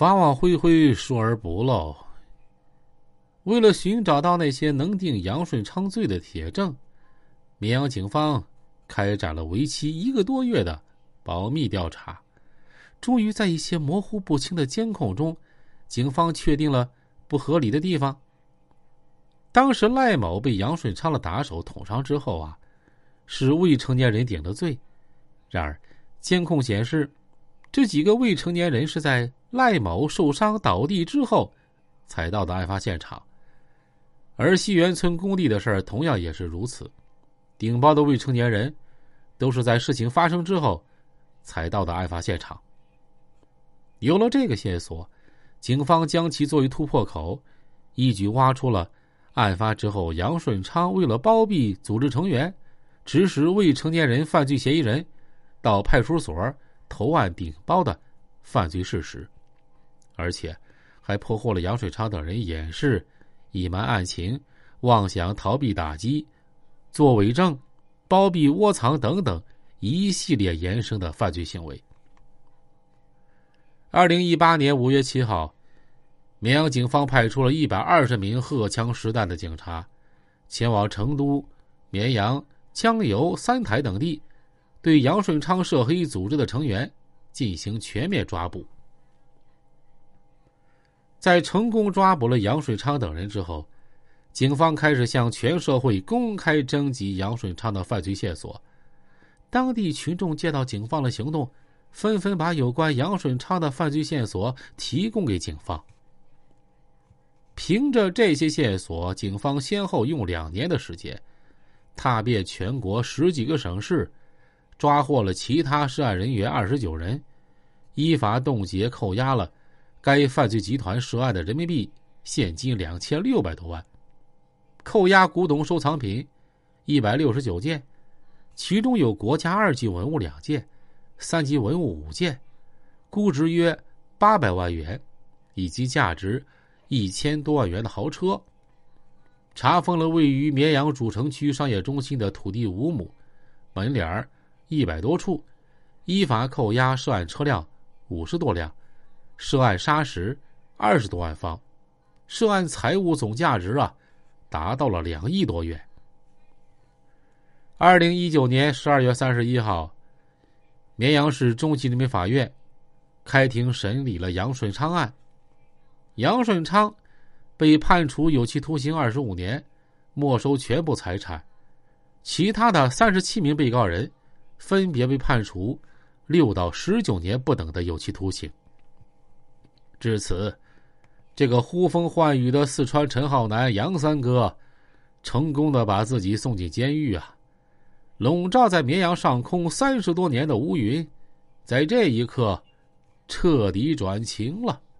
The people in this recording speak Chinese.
法网恢恢，疏而不漏。为了寻找到那些能定杨顺昌罪的铁证，绵阳警方开展了为期1个多月的保密调查。终于在一些模糊不清的监控中，警方确定了不合理的地方。当时赖某被杨顺昌的打手捅伤之后是未成年人顶的罪。然而监控显示，这几个未成年人是在赖某受伤倒地之后才到的案发现场。而西园村工地的事儿同样也是如此，顶包的未成年人都是在事情发生之后才到的案发现场。有了这个线索，警方将其作为突破口，一举挖出了案发之后杨顺昌为了包庇组织成员，指使未成年人犯罪嫌疑人到派出所投案顶包的犯罪事实，而且还破获了杨顺昌等人掩饰、隐瞒案情、妄想逃避打击、作伪证、包庇窝藏等等一系列延伸的犯罪行为。2018年5月7号，绵阳警方派出了120名荷枪实弹的警察，前往成都、绵阳、江油、三台等地，对杨顺昌涉黑组织的成员进行全面抓捕。在成功抓捕了杨顺昌等人之后，警方开始向全社会公开征集杨顺昌的犯罪线索。当地群众见到警方的行动，纷纷把有关杨顺昌的犯罪线索提供给警方。凭着这些线索，警方先后用2年的时间，踏遍全国10几个省市，抓获了其他涉案人员29人，依法冻结扣押了该犯罪集团涉案的人民币现金2600多万，扣押古董收藏品169件，其中有国家2级文物2件，3级文物5件，估值约800万元，以及价值1000多万元的豪车。查封了位于绵阳主城区商业中心的土地5亩，门脸100多处，依法扣押涉案车辆50多辆，涉案砂石20多万方，涉案财物总价值达到了2亿多元。2019年12月31号，绵阳市中级人民法院开庭审理了杨顺昌案。杨顺昌被判处有期徒刑25年，没收全部财产。其他的37名被告人分别被判处6到19年不等的有期徒刑。至此，这个呼风唤雨的四川陈浩南杨三哥成功的把自己送进监狱笼罩在绵阳上空30多年的乌云，在这一刻彻底转晴了。